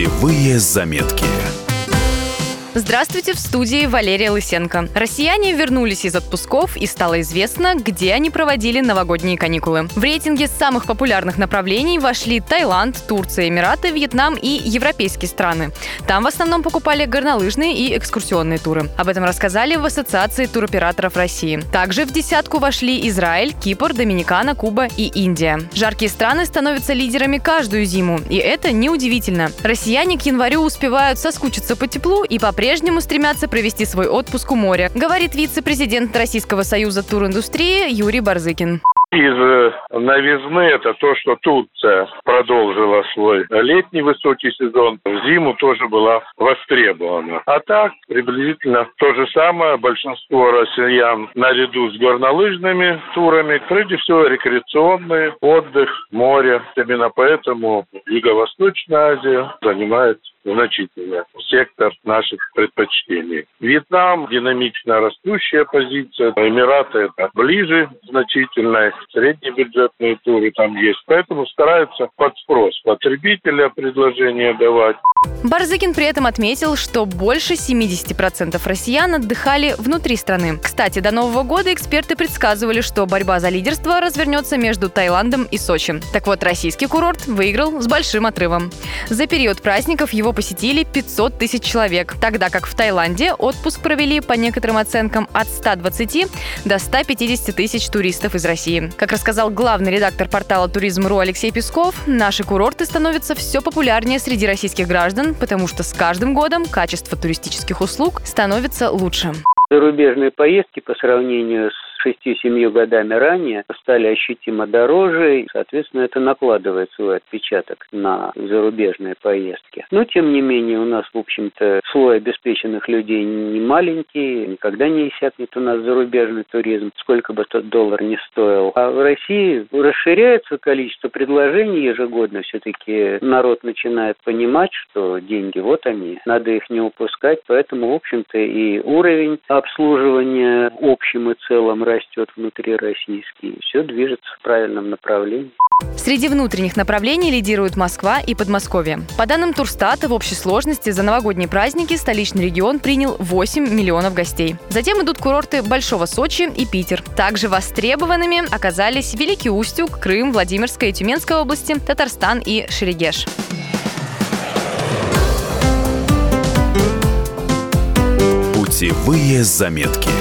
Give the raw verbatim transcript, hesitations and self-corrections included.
Путевые заметки. Здравствуйте, в студии Валерия Лысенко. Россияне вернулись из отпусков, и стало известно, где они проводили новогодние каникулы. В рейтинге самых популярных направлений вошли Таиланд, Турция, Эмираты, Вьетнам и европейские страны. Там в основном покупали горнолыжные и экскурсионные туры. Об этом рассказали в Ассоциации туроператоров России. Также в десятку вошли Израиль, Кипр, Доминикана, Куба и Индия. Жаркие страны становятся лидерами каждую зиму, и это неудивительно. Россияне к январю успевают соскучиться по теплу и по по-прежнему стремятся провести свой отпуск у моря, говорит вице-президент Российского союза туриндустрии Юрий Барзыкин. Из новизны это то, что Турция продолжила свой летний высокий сезон. В зиму тоже была востребована. А так, приблизительно то же самое. Большинство россиян наряду с горнолыжными турами, прежде всего рекреационный отдых, море. Именно поэтому Юго-Восточная Азия занимает значительный сектор наших предпочтений. Вьетнам – динамично растущая позиция. Эмираты – это ближе значительно. Среднебюджетные туры там есть. Поэтому стараются под спрос потребителя предложения давать. Барзыкин при этом отметил, что больше семьдесят процентов россиян отдыхали внутри страны. Кстати, до Нового года эксперты предсказывали, что борьба за лидерство развернется между Таиландом и Сочи. Так вот, российский курорт выиграл с большим отрывом. За период праздников его посетили пятьсот тысяч человек, тогда как в Таиланде отпуск провели, по некоторым оценкам, от ста двадцати до ста пятидесяти тысяч туристов из России. Как рассказал главный редактор портала туризм точка ру Алексей Песков, наши курорты становятся все популярнее среди российских граждан, потому что с каждым годом качество туристических услуг становится лучше. Зарубежные поездки по сравнению с шестью-семью годами ранее стали ощутимо дороже, и, соответственно, это накладывает свой отпечаток на зарубежные поездки. Но, тем не менее, у нас, в общем-то, слой обеспеченных людей не маленький, никогда не иссякнет у нас зарубежный туризм, сколько бы тот доллар ни стоил. А в России расширяется количество предложений ежегодно, все-таки народ начинает понимать, что деньги, вот они, надо их не упускать, поэтому, в общем-то, и уровень обслуживания общим и целым растет внутри российский. Все движется в правильном направлении. Среди внутренних направлений лидируют Москва и Подмосковье. По данным Турстата, в общей сложности за новогодние праздники столичный регион принял восемь миллионов гостей. Затем идут курорты Большого Сочи и Питер. Также востребованными оказались Великий Устюг, Крым, Владимирская и Тюменская области, Татарстан и Шерегеш. Путевые заметки.